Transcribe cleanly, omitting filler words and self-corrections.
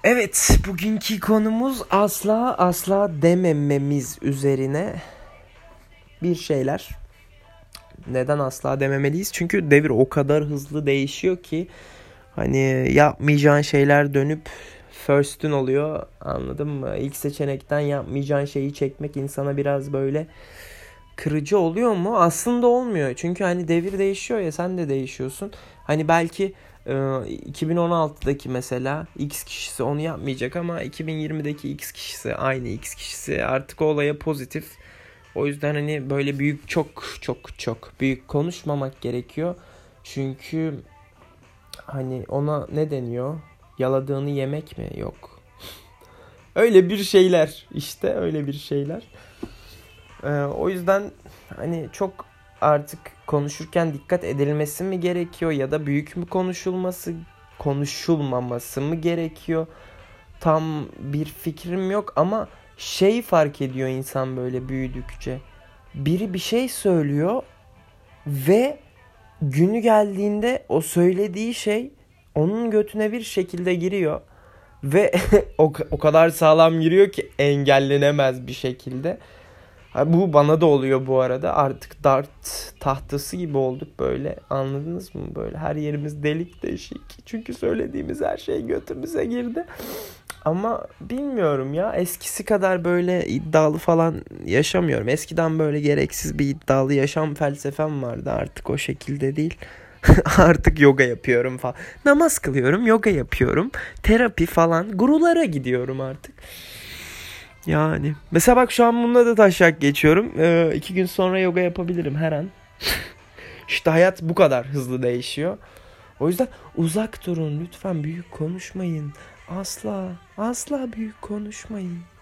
Evet, bugünkü konumuz asla demememiz üzerine bir şeyler. Neden asla dememeliyiz? Çünkü devir o kadar hızlı değişiyor ki hani yapmayacağın şeyler dönüp first'ün oluyor. Anladın mı? İlk seçenekten yapmayacağın şeyi çekmek insana biraz böyle kırıcı oluyor mu? Aslında olmuyor. Çünkü hani devir değişiyor ya, sen de değişiyorsun. Hani belki 2016'daki mesela X kişisi onu yapmayacak ama 2020'deki X kişisi, aynı X kişisi artık o olaya pozitif. O yüzden hani böyle büyük çok büyük konuşmamak gerekiyor. Çünkü hani ona ne deniyor? Yaladığını yemek mi? Yok. Öyle bir şeyler işte, öyle bir şeyler. O yüzden hani çok artık konuşurken dikkat edilmesi mi gerekiyor ya da büyük mü konuşulmaması mı gerekiyor? Tam bir fikrim yok ama şey fark ediyor insan böyle büyüdükçe. Biri bir şey söylüyor ve günü geldiğinde o söylediği şey onun götüne bir şekilde giriyor. Ve o kadar sağlam giriyor ki engellenemez bir şekilde. Bu bana da oluyor bu arada. Artık dart tahtası gibi olduk böyle. Anladınız mı? Böyle her yerimiz delik deşik. Çünkü söylediğimiz her şey götümüze girdi. Ama bilmiyorum ya. Eskisi kadar böyle iddialı falan yaşamıyorum. Eskiden böyle gereksiz bir iddialı yaşam felsefem vardı. Artık o şekilde değil. Artık yoga yapıyorum falan. Namaz kılıyorum, yoga yapıyorum. Terapi falan. Gurulara gidiyorum artık. Yani. Mesela bak şu an bununla da taşak geçiyorum. 2 gün sonra yoga yapabilirim her an. İşte hayat bu kadar hızlı değişiyor. O yüzden uzak durun lütfen, büyük konuşmayın. Asla büyük konuşmayın.